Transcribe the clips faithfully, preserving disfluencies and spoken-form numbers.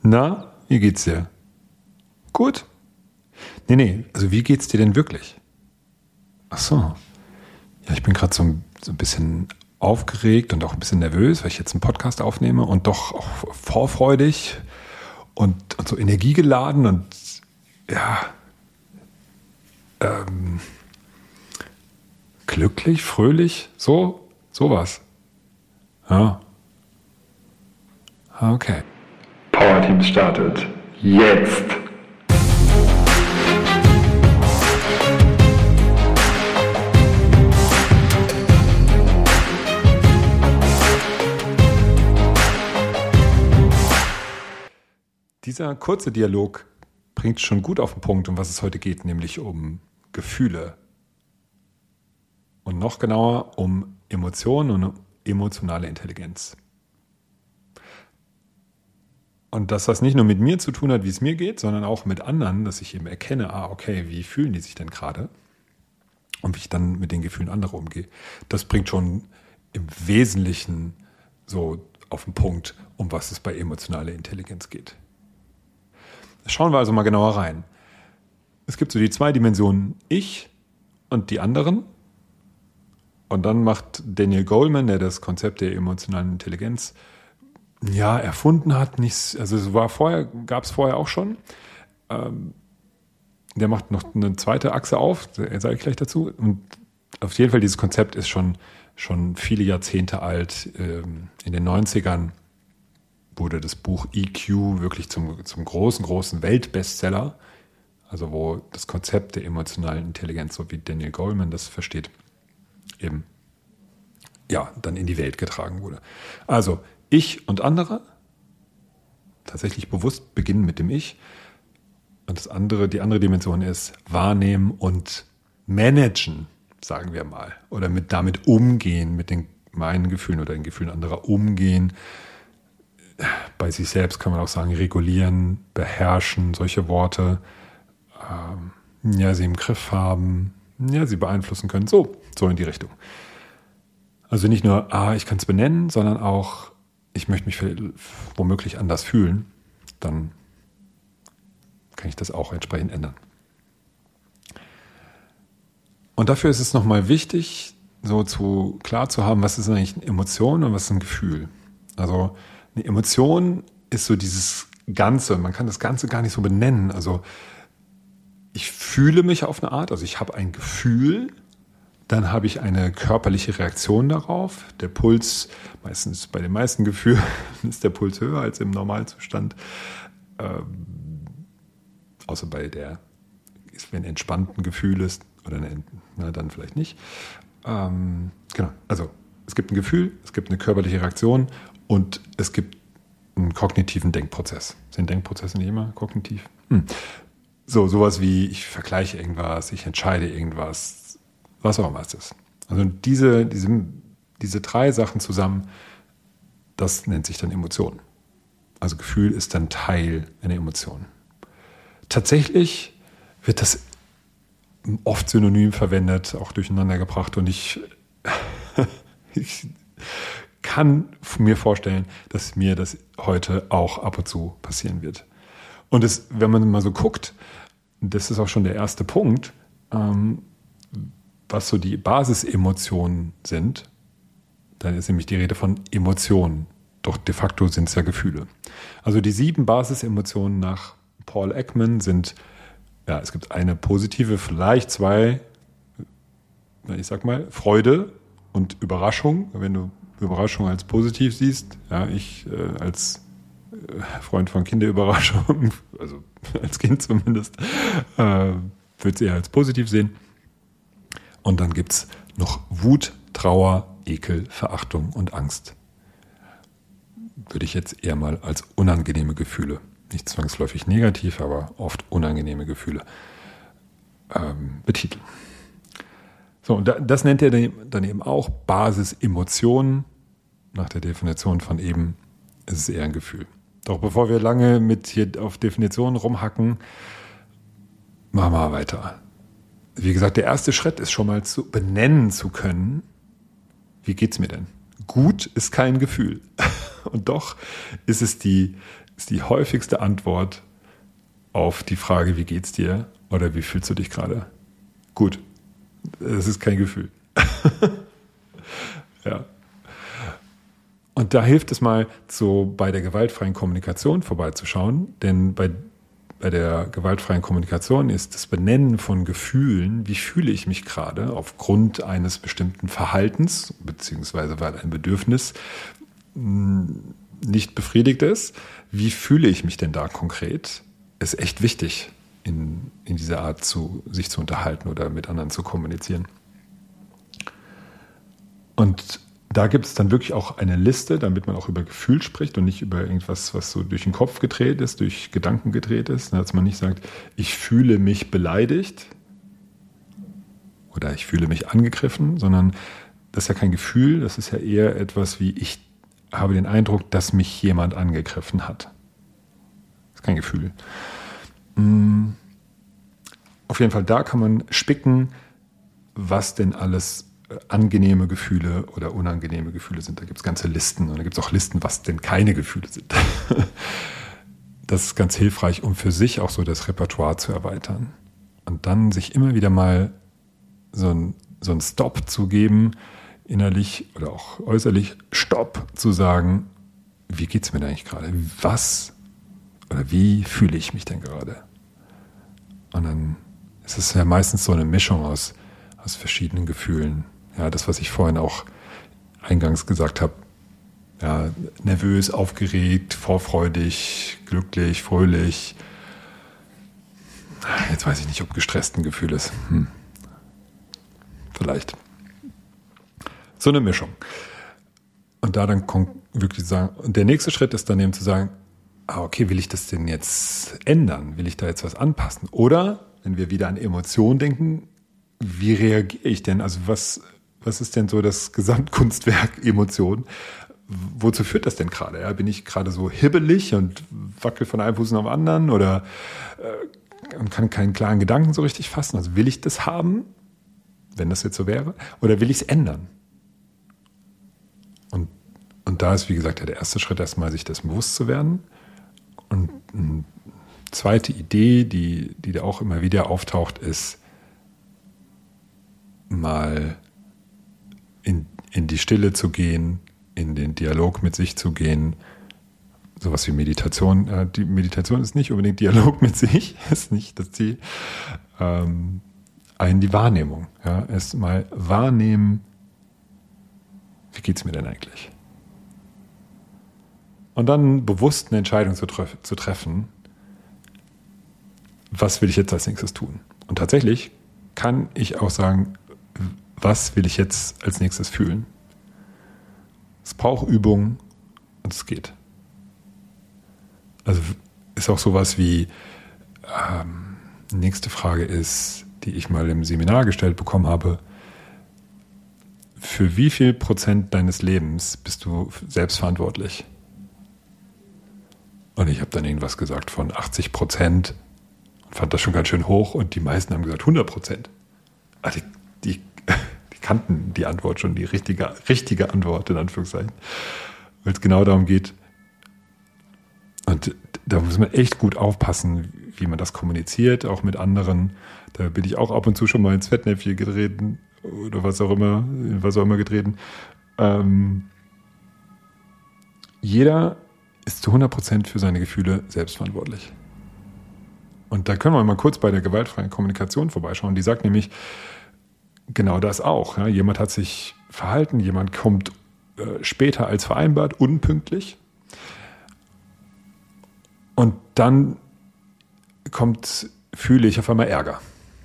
Na, wie geht's dir? Gut? Nee, nee, also wie geht's dir denn wirklich? Ach so. Ja, ich bin gerade so, ein- so ein bisschen aufgeregt und auch ein bisschen nervös, weil ich jetzt einen Podcast aufnehme und doch auch vorfreudig und, und so energiegeladen und ja, ähm, glücklich, fröhlich, so, sowas. Ja. Ah, okay. Power Team startet jetzt. Dieser kurze Dialog bringt schon gut auf den Punkt, um was es heute geht, nämlich um Gefühle. Und noch genauer um Emotionen und um emotionale Intelligenz. Und dass das nicht nur mit mir zu tun hat, wie es mir geht, sondern auch mit anderen, dass ich eben erkenne, ah, okay, wie fühlen die sich denn gerade? Und wie ich dann mit den Gefühlen anderer umgehe. Das bringt schon im Wesentlichen so auf den Punkt, um was es bei emotionaler Intelligenz geht. Schauen wir also mal genauer rein. Es gibt so die zwei Dimensionen Ich und die anderen. Und dann macht Daniel Goleman, der das Konzept der emotionalen Intelligenz ja erfunden hat, nichts, also es war vorher, gab es vorher auch schon. Ähm, der macht noch eine zweite Achse auf, sage ich gleich dazu. Und auf jeden Fall, dieses Konzept ist schon, schon viele Jahrzehnte alt. Ähm, in den neunzigern wurde das Buch E Q wirklich zum, zum großen, großen Weltbestseller. Also wo das Konzept der emotionalen Intelligenz, so wie Daniel Goleman das versteht, eben ja, dann in die Welt getragen wurde. Also Ich und andere, tatsächlich bewusst beginnen mit dem Ich. Und das andere, die andere Dimension ist wahrnehmen und managen, sagen wir mal. Oder mit damit umgehen, mit den meinen Gefühlen oder den Gefühlen anderer umgehen. Bei sich selbst kann man auch sagen, regulieren, beherrschen, solche Worte. Ähm, ja, sie im Griff haben, ja, sie beeinflussen können. So, so in die Richtung. Also nicht nur, ah, ich kann es benennen, sondern auch, ich möchte mich womöglich anders fühlen. Dann kann ich das auch entsprechend ändern. Und dafür ist es nochmal wichtig, so zu klar zu haben, was ist eigentlich eine Emotion und was ist ein Gefühl. Also eine Emotion ist so dieses Ganze, man kann das Ganze gar nicht so benennen. Also ich fühle mich auf eine Art, also ich habe ein Gefühl, dann habe ich eine körperliche Reaktion darauf. Der Puls, meistens bei den meisten Gefühlen ist der Puls höher als im Normalzustand. Ähm, außer bei der, wenn entspannten Gefühl ist, oder eine, na, dann vielleicht nicht. Ähm, genau, also es gibt ein Gefühl, es gibt eine körperliche Reaktion und es gibt einen kognitiven Denkprozess. Sind Denkprozesse nicht immer kognitiv? Hm. So, sowas wie ich vergleiche irgendwas, ich entscheide irgendwas, was auch immer es ist. Also diese, diese, diese drei Sachen zusammen, das nennt sich dann Emotion. Also Gefühl ist dann Teil einer Emotion. Tatsächlich wird das oft synonym verwendet, auch durcheinander gebracht und ich, ich kann mir vorstellen, dass mir das heute auch ab und zu passieren wird. Und es, wenn man mal so guckt, das ist auch schon der erste Punkt, ähm, was so die Basisemotionen sind, dann ist nämlich die Rede von Emotionen. Doch de facto sind es ja Gefühle. Also die sieben Basisemotionen nach Paul Ekman sind, ja, es gibt eine positive, vielleicht zwei, ich sag mal, Freude und Überraschung. Wenn du Überraschung als positiv siehst, ja, ich äh, als äh, Freund von Kinderüberraschung, also als Kind zumindest, äh, würde es eher als positiv sehen. Und dann gibt es noch Wut, Trauer, Ekel, Verachtung und Angst. Würde ich jetzt eher mal als unangenehme Gefühle, nicht zwangsläufig negativ, aber oft unangenehme Gefühle ähm, betiteln. So, und das nennt er dann eben auch Basisemotionen. Nach der Definition von eben ist es eher ein Gefühl. Doch bevor wir lange mit hier auf Definitionen rumhacken, machen wir weiter. Wie gesagt, der erste Schritt ist schon mal zu benennen zu können, wie geht's mir denn? Gut ist kein Gefühl. Und doch ist es die ist die häufigste Antwort auf die Frage, wie geht's dir oder wie fühlst du dich gerade? Gut, es ist kein Gefühl. Ja. Und da hilft es mal, so bei der gewaltfreien Kommunikation vorbeizuschauen, denn bei, bei der gewaltfreien Kommunikation ist das Benennen von Gefühlen, wie fühle ich mich gerade aufgrund eines bestimmten Verhaltens, beziehungsweise weil ein Bedürfnis nicht befriedigt ist, wie fühle ich mich denn da konkret, ist echt wichtig, in, in dieser Art zu, sich zu unterhalten oder mit anderen zu kommunizieren. Und da gibt es dann wirklich auch eine Liste, damit man auch über Gefühl spricht und nicht über irgendwas, was so durch den Kopf gedreht ist, durch Gedanken gedreht ist. Dass man nicht sagt, ich fühle mich beleidigt oder ich fühle mich angegriffen, sondern das ist ja kein Gefühl, das ist ja eher etwas wie, ich habe den Eindruck, dass mich jemand angegriffen hat. Das ist kein Gefühl. Auf jeden Fall, da kann man spicken, was denn alles angenehme Gefühle oder unangenehme Gefühle sind. Da gibt es ganze Listen und da gibt es auch Listen, was denn keine Gefühle sind. Das ist ganz hilfreich, um für sich auch so das Repertoire zu erweitern. Und dann sich immer wieder mal so ein, so ein Stop zu geben, innerlich oder auch äußerlich Stopp zu sagen, wie geht's mir denn eigentlich gerade? Was oder wie fühle ich mich denn gerade? Und dann ist es ja meistens so eine Mischung aus, aus verschiedenen Gefühlen. Ja, das, was ich vorhin auch eingangs gesagt habe, ja, nervös, aufgeregt, vorfreudig, glücklich, fröhlich. Jetzt weiß ich nicht, ob gestresst ein Gefühl ist. Hm. Vielleicht. So eine Mischung. Und da dann wirklich sagen, und der nächste Schritt ist dann eben zu sagen, ah, okay, will ich das denn jetzt ändern? Will ich da jetzt was anpassen? Oder, wenn wir wieder an Emotionen denken, wie reagiere ich denn? Also was, was ist denn so das Gesamtkunstwerk Emotion? Wozu führt das denn gerade? Ja, bin ich gerade so hibbelig und wackel von einem Fuß auf den anderen oder äh, und kann keinen klaren Gedanken so richtig fassen? Also will ich das haben, wenn das jetzt so wäre? Oder will ich es ändern? Und, und da ist, wie gesagt, ja, der erste Schritt erstmal, sich das bewusst zu werden. Und eine zweite Idee, die, die da auch immer wieder auftaucht, ist, mal in, in die Stille zu gehen, in den Dialog mit sich zu gehen. Sowas wie Meditation. Äh, die Meditation ist nicht unbedingt Dialog mit sich, ist nicht das Ziel. Ähm, in die Wahrnehmung. Ja, erst mal wahrnehmen, wie geht's mir denn eigentlich? Und dann bewusst eine Entscheidung zu, tref- zu treffen, was will ich jetzt als nächstes tun? Und tatsächlich kann ich auch sagen, was will ich jetzt als nächstes fühlen? Es braucht Übung und es geht. Also ist auch sowas wie, ähm, die nächste Frage ist, die ich mal im Seminar gestellt bekommen habe, für wie viel Prozent deines Lebens bist du selbst verantwortlich? Und ich habe dann irgendwas gesagt von achtzig Prozent und fand das schon ganz schön hoch und die meisten haben gesagt hundert Prozent. Also die, die, die kannten die Antwort schon, die richtige, richtige Antwort in Anführungszeichen, weil es genau darum geht. Und da muss man echt gut aufpassen, wie man das kommuniziert, auch mit anderen. Da bin ich auch ab und zu schon mal ins Fettnäpfchen getreten oder was auch immer, was auch immer getreten. Ähm, jeder ist zu hundert Prozent für seine Gefühle selbstverantwortlich. Und da können wir mal kurz bei der gewaltfreien Kommunikation vorbeischauen. Die sagt nämlich genau das auch. Ja, jemand hat sich verhalten, jemand kommt äh, später als vereinbart, unpünktlich. Und dann kommt, fühle ich auf einmal Ärger.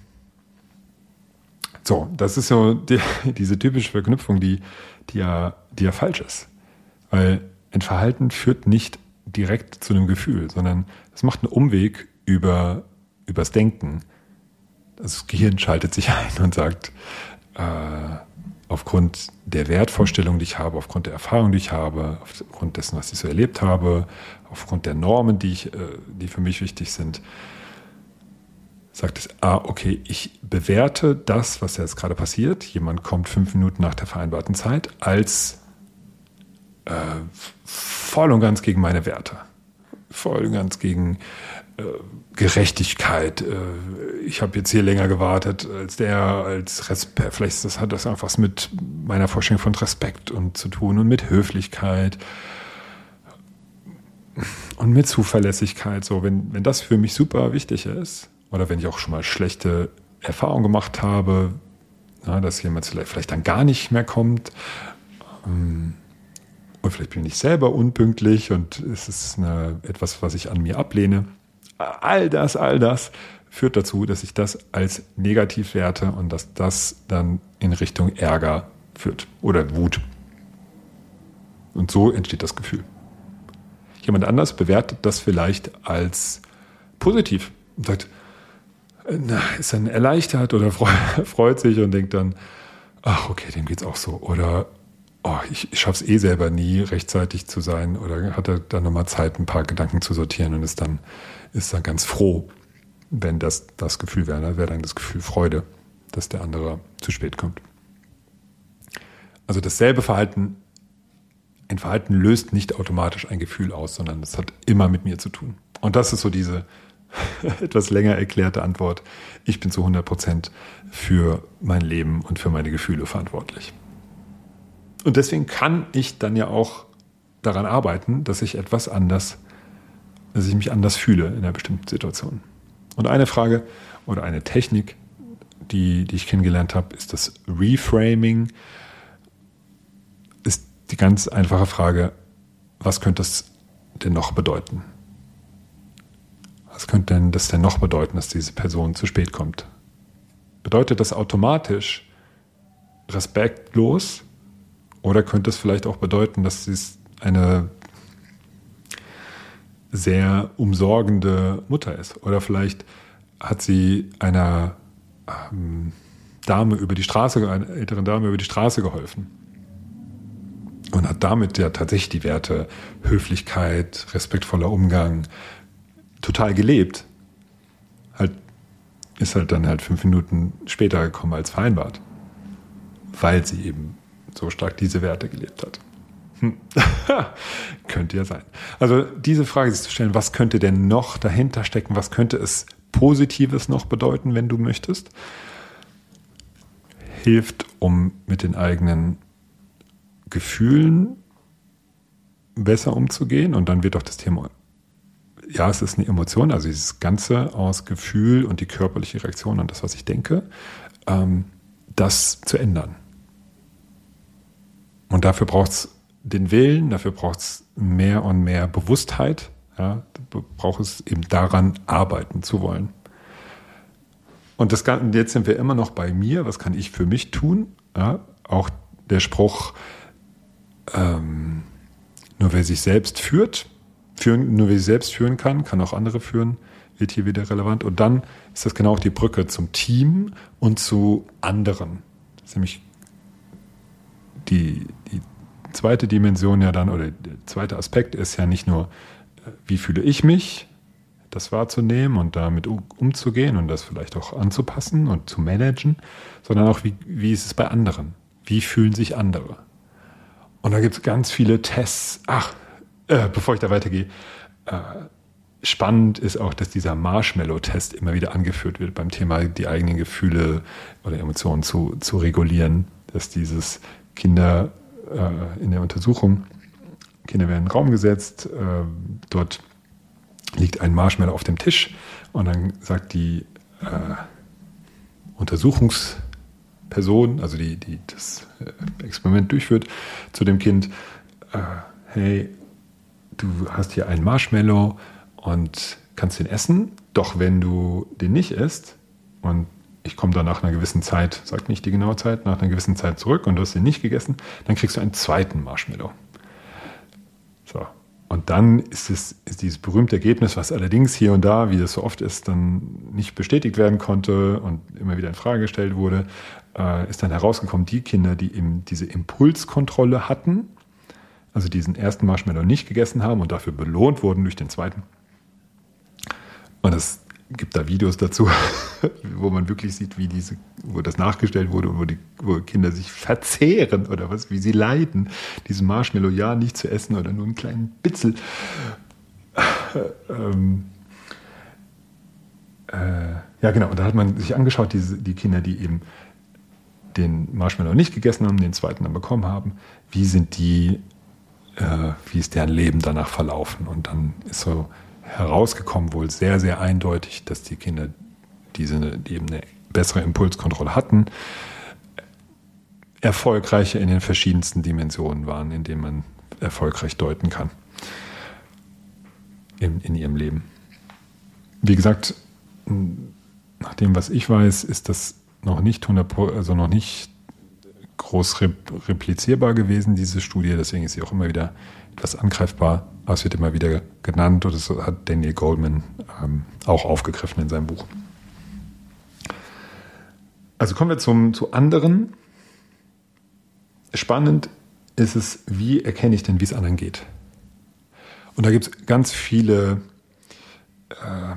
So, das ist so die, diese typische Verknüpfung, die, die, ja, die ja falsch ist. Weil ein Verhalten führt nicht direkt zu einem Gefühl, sondern es macht einen Umweg über übers Denken. Das Gehirn schaltet sich ein und sagt, äh, aufgrund der Wertvorstellung, die ich habe, aufgrund der Erfahrung, die ich habe, aufgrund dessen, was ich so erlebt habe, aufgrund der Normen, die, ich, äh, die für mich wichtig sind, sagt es, ah, okay, ich bewerte das, was jetzt gerade passiert, jemand kommt fünf Minuten nach der vereinbarten Zeit, als äh, voll und ganz gegen meine Werte. voll ganz gegen äh, Gerechtigkeit. Äh, ich habe jetzt hier länger gewartet als der, als Respekt. Vielleicht ist das, hat das einfach was mit meiner Vorstellung von Respekt und zu tun und mit Höflichkeit und mit Zuverlässigkeit. So, wenn, wenn das für mich super wichtig ist, oder wenn ich auch schon mal schlechte Erfahrungen gemacht habe, na, dass jemand vielleicht dann gar nicht mehr kommt, ähm, und vielleicht bin ich selber unpünktlich und es ist eine, etwas, was ich an mir ablehne. All das, all das führt dazu, dass ich das als negativ werte und dass das dann in Richtung Ärger führt oder Wut. Und so entsteht das Gefühl. Jemand anders bewertet das vielleicht als positiv und sagt, na, ist dann erleichtert oder freut sich und denkt dann, ach okay, dem geht's auch so. Oder oh, ich, ich schaffe es eh selber nie, rechtzeitig zu sein, oder hat er dann nochmal Zeit, ein paar Gedanken zu sortieren und ist dann, ist dann ganz froh, wenn das das Gefühl wäre. Da wäre dann das Gefühl Freude, dass der andere zu spät kommt. Also dasselbe Verhalten, ein Verhalten löst nicht automatisch ein Gefühl aus, sondern das hat immer mit mir zu tun. Und das ist so diese etwas länger erklärte Antwort. Ich bin zu hundert Prozent für mein Leben und für meine Gefühle verantwortlich. Und deswegen kann ich dann ja auch daran arbeiten, dass ich etwas anders, dass ich mich anders fühle in einer bestimmten Situation. Und eine Frage oder eine Technik, die, die ich kennengelernt habe, ist das Reframing. Ist die ganz einfache Frage, was könnte es denn noch bedeuten? Was könnte denn das denn noch bedeuten, dass diese Person zu spät kommt? Bedeutet das automatisch respektlos? Oder könnte es vielleicht auch bedeuten, dass sie eine sehr umsorgende Mutter ist? Oder vielleicht hat sie einer ähm, Dame über die Straße, einer älteren Dame über die Straße geholfen und hat damit ja tatsächlich die Werte Höflichkeit, respektvoller Umgang total gelebt. Halt, ist halt dann halt fünf Minuten später gekommen als vereinbart, weil sie eben so stark diese Werte gelebt hat. Hm. Könnte ja sein. Also diese Frage sich zu stellen, was könnte denn noch dahinter stecken, was könnte es Positives noch bedeuten, wenn du möchtest, hilft, um mit den eigenen Gefühlen besser umzugehen. Und dann wird auch das Thema, ja, es ist eine Emotion, also dieses Ganze aus Gefühl und die körperliche Reaktion und das, was ich denke, ähm, das zu ändern. Und dafür braucht es den Willen, dafür braucht es mehr und mehr Bewusstheit. Ja, braucht es eben daran, arbeiten zu wollen. Und das Ganze, jetzt sind wir immer noch bei mir. Was kann ich für mich tun? Ja, auch der Spruch, ähm, nur wer sich selbst führt, führen, nur wer sich selbst führen kann, kann auch andere führen, wird hier wieder relevant. Und dann ist das genau auch die Brücke zum Team und zu anderen. Das ist nämlich die, die zweite Dimension ja dann, oder der zweite Aspekt ist ja nicht nur, wie fühle ich mich, das wahrzunehmen und damit umzugehen und das vielleicht auch anzupassen und zu managen, sondern auch, wie, wie ist es bei anderen? Wie fühlen sich andere? Und da gibt es ganz viele Tests. Ach, äh, bevor ich da weitergehe, äh, spannend ist auch, dass dieser Marshmallow-Test immer wieder angeführt wird beim Thema, die eigenen Gefühle oder Emotionen zu, zu regulieren, dass dieses Kinder äh, in der Untersuchung, Kinder werden in den Raum gesetzt, äh, dort liegt ein Marshmallow auf dem Tisch und dann sagt die äh, Untersuchungsperson, also die, die das Experiment durchführt, zu dem Kind, äh, hey, du hast hier einen Marshmallow und kannst den essen, doch wenn du den nicht isst und ich komme dann nach einer gewissen Zeit, sag nicht die genaue Zeit, nach einer gewissen Zeit zurück und du hast den nicht gegessen, dann kriegst du einen zweiten Marshmallow. So. Und dann ist es ist dieses berühmte Ergebnis, was allerdings hier und da, wie das so oft ist, dann nicht bestätigt werden konnte und immer wieder in Frage gestellt wurde, äh, ist dann herausgekommen, die Kinder, die eben diese Impulskontrolle hatten, also diesen ersten Marshmallow nicht gegessen haben und dafür belohnt wurden durch den zweiten. Und es gibt da Videos dazu, wo man wirklich sieht, wie diese, wo das nachgestellt wurde und wo die wo Kinder sich verzehren oder was, wie sie leiden, diesen Marshmallow ja nicht zu essen oder nur einen kleinen Bitzel. ähm, äh, ja genau, und da hat man sich angeschaut, diese, die Kinder, die eben den Marshmallow nicht gegessen haben, den zweiten dann bekommen haben, wie sind die, äh, wie ist deren Leben danach verlaufen? Und dann ist so herausgekommen, wohl sehr, sehr eindeutig, dass die Kinder, diese, die eben eine bessere Impulskontrolle hatten, erfolgreicher in den verschiedensten Dimensionen waren, in denen man erfolgreich deuten kann in, in ihrem Leben. Wie gesagt, nach dem, was ich weiß, ist das noch nicht hundert, also noch nicht groß replizierbar gewesen, diese Studie. Deswegen ist sie auch immer wieder etwas angreifbar. Aber es wird immer wieder genannt und das hat Daniel Goleman ähm, auch aufgegriffen in seinem Buch. Also kommen wir zum, zu anderen. Spannend ist es, wie erkenne ich denn, wie es anderen geht? Und da gibt es ganz viele äh,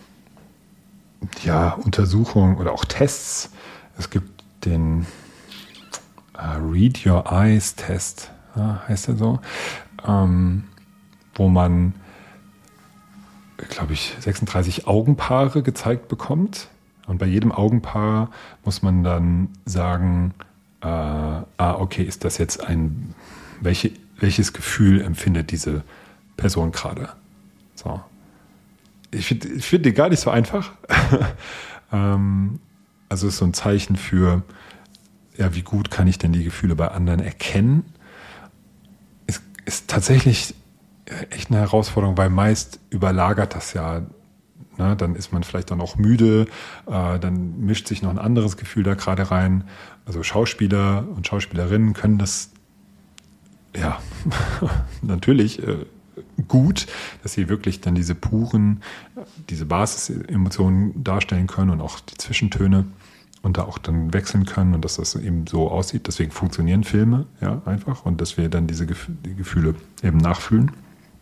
ja, Untersuchungen oder auch Tests. Es gibt den äh, Read Your Eyes Test, ja, heißt er so, ähm, wo man, glaube ich, sechsunddreißig Augenpaare gezeigt bekommt. Und bei jedem Augenpaar muss man dann sagen, äh, ah, okay, ist das jetzt ein, welche, welches Gefühl empfindet diese Person gerade? So. Ich finde ich find die gar nicht so einfach. ähm, also es ist so ein Zeichen für, ja, wie gut kann ich denn die Gefühle bei anderen erkennen? Es ist tatsächlich echt eine Herausforderung, weil meist überlagert das ja. Ne? Dann ist man vielleicht dann auch müde, äh, dann mischt sich noch ein anderes Gefühl da gerade rein. Also Schauspieler und Schauspielerinnen können das ja natürlich äh, gut, dass sie wirklich dann diese puren, diese Basisemotionen darstellen können und auch die Zwischentöne und da auch dann wechseln können und dass das eben so aussieht. Deswegen funktionieren Filme ja einfach und dass wir dann diese Gef- die Gefühle eben nachfühlen.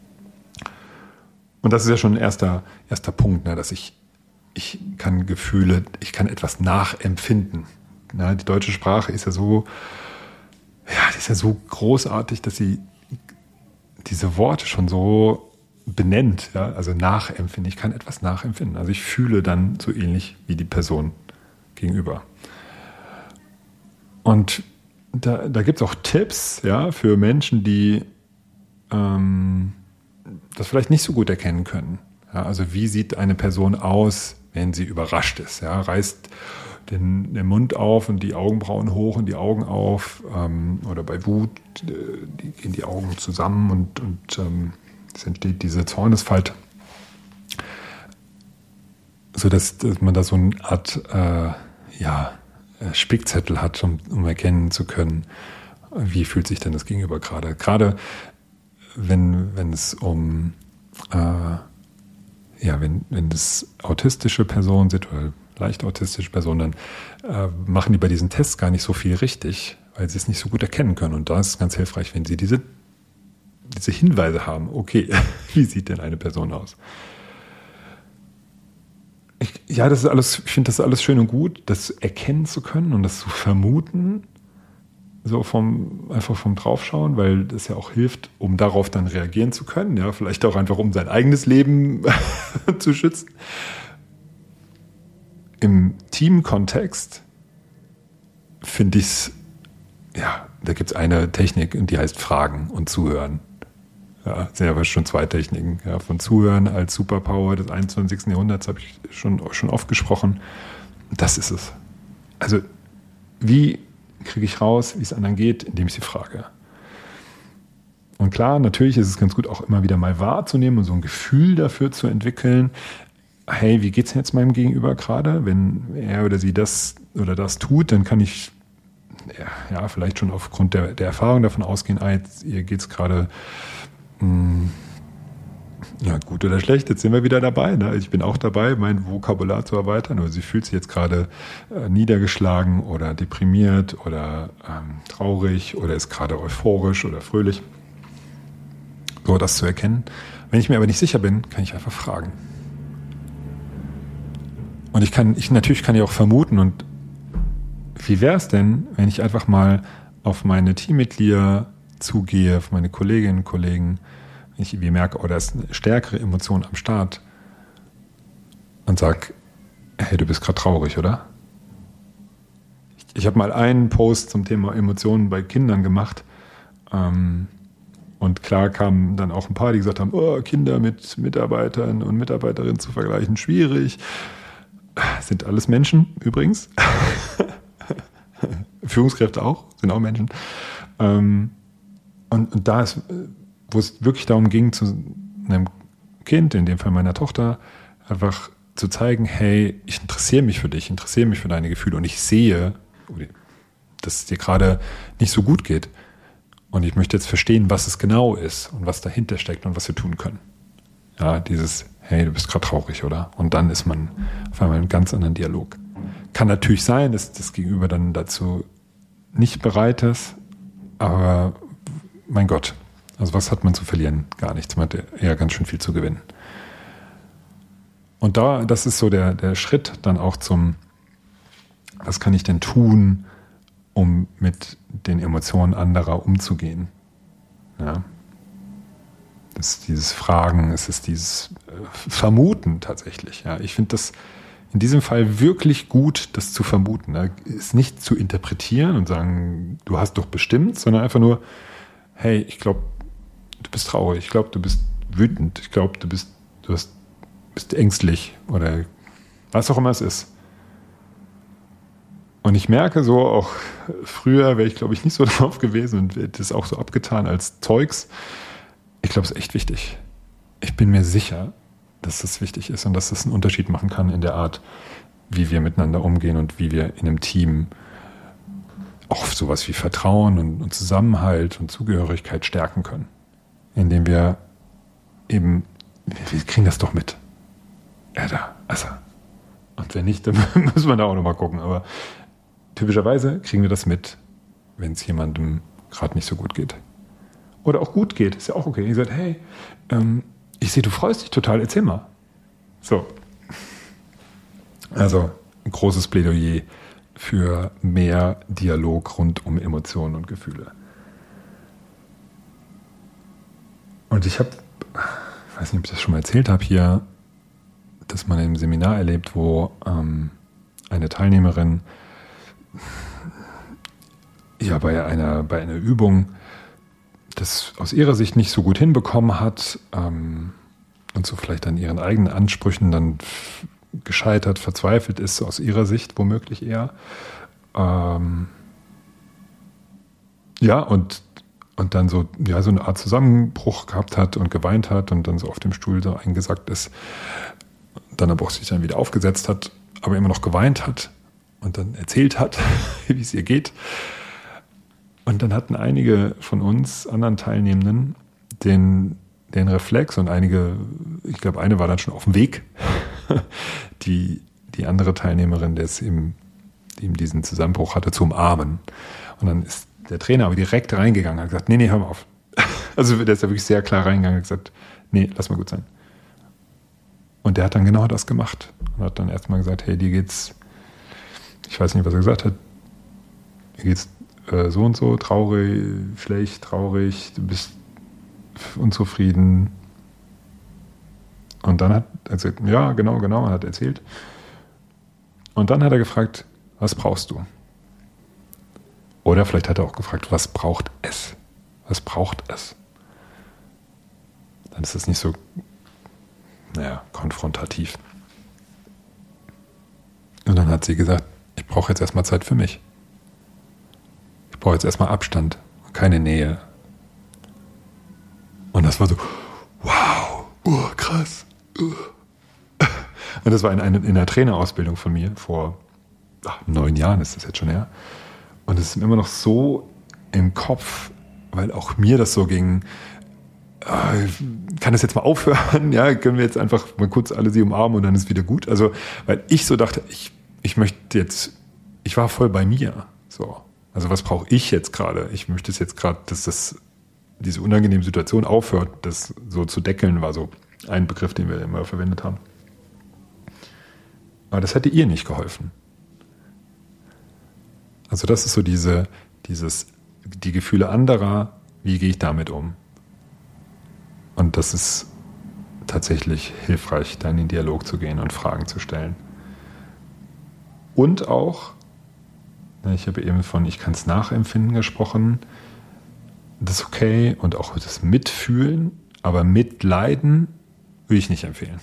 Und das ist ja schon ein erster, erster Punkt, ne, dass ich, ich kann Gefühle, ich kann etwas nachempfinden. Ne, die deutsche Sprache ist ja so, ja, die ist ja so großartig, dass sie diese Worte schon so benennt, ja, also nachempfinden. Ich kann etwas nachempfinden. Also ich fühle dann so ähnlich wie die Person gegenüber. Und da, da gibt es auch Tipps, ja, für Menschen, die ähm, das vielleicht nicht so gut erkennen können. Ja, also wie sieht eine Person aus, wenn sie überrascht ist? Ja, reißt den, den Mund auf und die Augenbrauen hoch und die Augen auf. Ähm, oder bei Wut äh, die, gehen die Augen zusammen und, und ähm, es entsteht diese Zornesfalte. So dass, dass man da so eine Art äh, ja, Spickzettel hat, um, um erkennen zu können, wie fühlt sich denn das Gegenüber gerade. Gerade wenn, wenn es um äh, ja, wenn, wenn es autistische Personen sind oder leicht autistische Personen, dann äh, machen die bei diesen Tests gar nicht so viel richtig, weil sie es nicht so gut erkennen können. Und da ist es ganz hilfreich, wenn sie diese, diese Hinweise haben. Okay, wie sieht denn eine Person aus? Ich, ja, das ist alles, ich finde das alles schön und gut, das erkennen zu können und das zu vermuten, so vom, einfach vom Draufschauen, weil das ja auch hilft, um darauf dann reagieren zu können, ja, vielleicht auch einfach, um sein eigenes Leben zu schützen. Im Teamkontext finde ich es, ja, da gibt es eine Technik, die heißt Fragen und Zuhören. Ja, sind aber schon zwei Techniken. Ja, von Zuhören als Superpower des einundzwanzigsten Jahrhunderts habe ich schon, schon oft gesprochen. Das ist es. Also, wie kriege ich raus, wie es anderen geht, indem ich sie frage? Und klar, natürlich ist es ganz gut, auch immer wieder mal wahrzunehmen und so ein Gefühl dafür zu entwickeln. Hey, wie geht's denn jetzt meinem Gegenüber gerade? Wenn er oder sie das oder das tut, dann kann ich ja, ja vielleicht schon aufgrund der, der Erfahrung davon ausgehen, ah, jetzt, ihr geht's gerade mh, ja, gut oder schlecht, jetzt sind wir wieder dabei. Ne? Ich bin auch dabei, mein Vokabular zu erweitern. Aber sie fühlt sich jetzt gerade äh, niedergeschlagen oder deprimiert oder ähm, traurig oder ist gerade euphorisch oder fröhlich. So, das zu erkennen. Wenn ich mir aber nicht sicher bin, kann ich einfach fragen. Und ich kann, ich natürlich kann ich auch vermuten, und wie wäre es denn, wenn ich einfach mal auf meine Teammitglieder zugehe, auf meine Kolleginnen und Kollegen, ich irgendwie merke, oh, da ist eine stärkere Emotion am Start und sag, hey, du bist gerade traurig, oder? Ich, ich habe mal einen Post zum Thema Emotionen bei Kindern gemacht. Ähm, und klar kamen dann auch ein paar, die gesagt haben, oh, Kinder mit Mitarbeitern und Mitarbeiterinnen zu vergleichen, schwierig. Sind alles Menschen übrigens. Führungskräfte auch, sind auch Menschen. Ähm, und, und da ist, wo es wirklich darum ging, zu einem Kind, in dem Fall meiner Tochter, einfach zu zeigen, hey, ich interessiere mich für dich, ich interessiere mich für deine Gefühle und ich sehe, dass es dir gerade nicht so gut geht. Und ich möchte jetzt verstehen, was es genau ist und was dahinter steckt und was wir tun können. Ja, dieses, hey, du bist gerade traurig, oder? Und dann ist man auf einmal in einem ganz anderen Dialog. Kann natürlich sein, dass das Gegenüber dann dazu nicht bereit ist, aber mein Gott, also was hat man zu verlieren? Gar nichts, man hat eher ganz schön viel zu gewinnen. Und da, das ist so der, der Schritt dann auch zum, was kann ich denn tun, um mit den Emotionen anderer umzugehen? Ja. Das ist dieses Fragen, es ist dieses Vermuten tatsächlich. Ja. Ich finde das in diesem Fall wirklich gut, das zu vermuten. Ne? Es nicht zu interpretieren und sagen, du hast doch bestimmt, sondern einfach nur, hey, ich glaube, du bist traurig, ich glaube, du bist wütend, ich glaube, du bist, du hast, bist ängstlich oder was auch immer es ist. Und ich merke so, auch früher wäre ich, glaube ich, nicht so drauf gewesen und hätte es auch so abgetan als Zeugs. Ich glaube, es ist echt wichtig. Ich bin mir sicher, dass das wichtig ist und dass das einen Unterschied machen kann in der Art, wie wir miteinander umgehen und wie wir in einem Team auch sowas wie Vertrauen und, und Zusammenhalt und Zugehörigkeit stärken können. Indem wir eben, wir kriegen das doch mit. Ja, da, also. Und wenn nicht, dann müssen wir da auch nochmal gucken. Aber typischerweise kriegen wir das mit, wenn es jemandem gerade nicht so gut geht. Oder auch gut geht, ist ja auch okay. Ihr sagt, hey, ähm, ich sehe, du freust dich total, erzähl mal. So. Also ein großes Plädoyer für mehr Dialog rund um Emotionen und Gefühle. Und ich habe, ich weiß nicht, ob ich das schon mal erzählt habe, hier, dass man im Seminar erlebt, wo ähm, eine Teilnehmerin ja bei einer, bei einer Übung das aus ihrer Sicht nicht so gut hinbekommen hat ähm, und so vielleicht an ihren eigenen Ansprüchen dann gescheitert, verzweifelt ist, aus ihrer Sicht womöglich eher. Ähm, ja, und, und dann so, ja, so eine Art Zusammenbruch gehabt hat und geweint hat und dann so auf dem Stuhl so eingesackt ist, dann aber auch sich dann wieder aufgesetzt hat, aber immer noch geweint hat und dann erzählt hat, wie es ihr geht. Und dann hatten einige von uns, anderen Teilnehmenden, den, den Reflex und einige, ich glaube, eine war dann schon auf dem Weg, die, die andere Teilnehmerin, der es eben, die eben diesen Zusammenbruch hatte, zu umarmen. Und dann ist der Trainer aber direkt reingegangen und hat gesagt, nee, nee, hör mal auf. Also der ist ja wirklich sehr klar reingegangen und gesagt, nee, lass mal gut sein. Und der hat dann genau das gemacht und hat dann erstmal gesagt, hey, dir geht's, ich weiß nicht, was er gesagt hat, dir geht's äh, so und so, traurig, schlecht, traurig, du bist unzufrieden. Und dann hat er gesagt, ja, genau, genau, er hat erzählt. Und dann hat er gefragt, was brauchst du? Oder vielleicht hat er auch gefragt, was braucht es? Was braucht es? Dann ist es nicht so, naja, konfrontativ. Und dann hat sie gesagt, ich brauche jetzt erstmal Zeit für mich. Ich brauche jetzt erstmal Abstand, keine Nähe. Und das war so, wow, oh, krass. Uh. Und das war in, in einer Trainerausbildung von mir, vor ach, neun Jahren ist das jetzt schon her. Und es ist immer noch so im Kopf, weil auch mir das so ging, äh, kann das jetzt mal aufhören? Ja, können wir jetzt einfach mal kurz alle sie umarmen und dann ist wieder gut? Also, weil ich so dachte, ich, ich möchte jetzt, ich war voll bei mir. So. Also was brauche ich jetzt gerade? Ich möchte es jetzt gerade, dass das, diese unangenehme Situation aufhört, das so zu deckeln, war so ein Begriff, den wir immer verwendet haben. Aber das hätte ihr nicht geholfen. Also das ist so diese, dieses, die Gefühle anderer, wie gehe ich damit um? Und das ist tatsächlich hilfreich, da in den Dialog zu gehen und Fragen zu stellen. Und auch, ich habe eben von ich kann es nachempfinden gesprochen, das ist okay und auch das Mitfühlen, aber Mitleiden würde ich nicht empfehlen.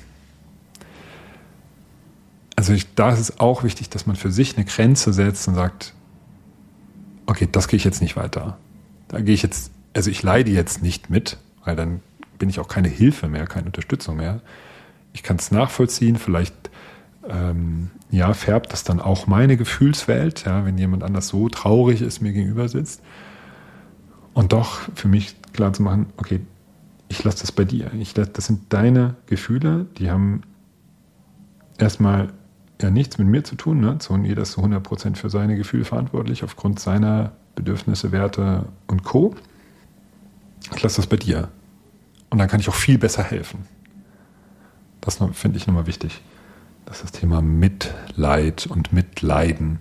Also ich, da ist es auch wichtig, dass man für sich eine Grenze setzt und sagt, okay, das gehe ich jetzt nicht weiter. Da gehe ich jetzt, also ich leide jetzt nicht mit, weil dann bin ich auch keine Hilfe mehr, keine Unterstützung mehr. Ich kann es nachvollziehen, vielleicht ähm, ja, färbt das dann auch meine Gefühlswelt, ja, wenn jemand anders so traurig ist, mir gegenüber sitzt. Und doch für mich klar zu machen, okay, ich lasse das bei dir. Ich lass, das sind deine Gefühle, die haben erstmal ja nichts mit mir zu tun, ne? So, jeder ist zu hundert Prozent für seine Gefühle verantwortlich, aufgrund seiner Bedürfnisse, Werte und Co. Ich lasse das bei dir. Und dann kann ich auch viel besser helfen. Das finde ich nochmal wichtig, dass das Thema Mitleid und Mitleiden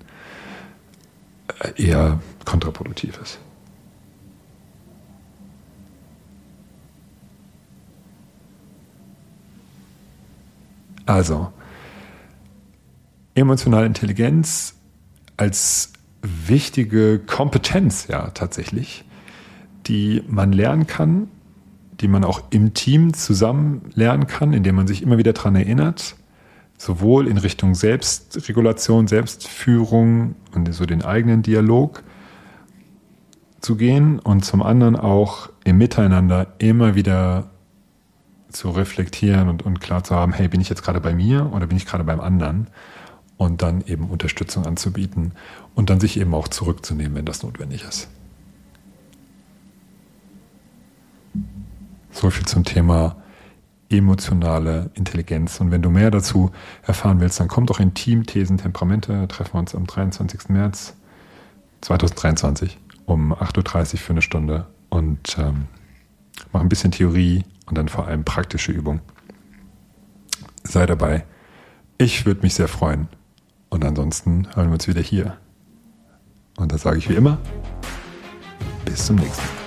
eher kontraproduktiv ist. Also, emotionale Intelligenz als wichtige Kompetenz, ja, tatsächlich, die man lernen kann, die man auch im Team zusammen lernen kann, indem man sich immer wieder daran erinnert, sowohl in Richtung Selbstregulation, Selbstführung und so den eigenen Dialog zu gehen und zum anderen auch im Miteinander immer wieder zu reflektieren und, und klar zu haben, hey, bin ich jetzt gerade bei mir oder bin ich gerade beim anderen? Und dann eben Unterstützung anzubieten und dann sich eben auch zurückzunehmen, wenn das notwendig ist. So viel zum Thema emotionale Intelligenz. Und wenn du mehr dazu erfahren willst, dann komm doch in Team Thesen Temperamente. Treffen wir uns am dreiundzwanzigsten März zweitausenddreiundzwanzig um acht Uhr dreißig für eine Stunde und ähm, mach ein bisschen Theorie und dann vor allem praktische Übung. Sei dabei. Ich würde mich sehr freuen. Und ansonsten hören wir uns wieder hier. Und da sage ich wie immer, bis zum nächsten Mal.